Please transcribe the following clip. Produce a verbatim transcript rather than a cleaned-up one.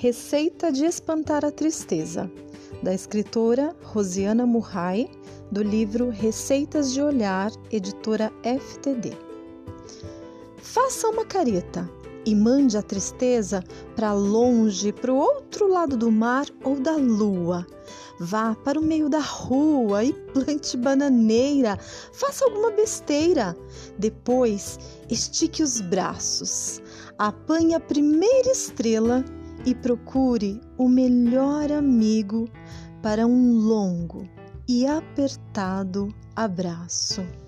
Receita de espantar a tristeza, da escritora Rosiana Murray, do livro Receitas de Olhar, editora F T D. Faça uma careta e mande a tristeza para longe, para o outro lado do mar ou da lua. Vá para o meio da rua e plante bananeira. Faça alguma besteira. Depois, estique os braços. Apanhe a primeira estrela e procure o melhor amigo para um longo e apertado abraço.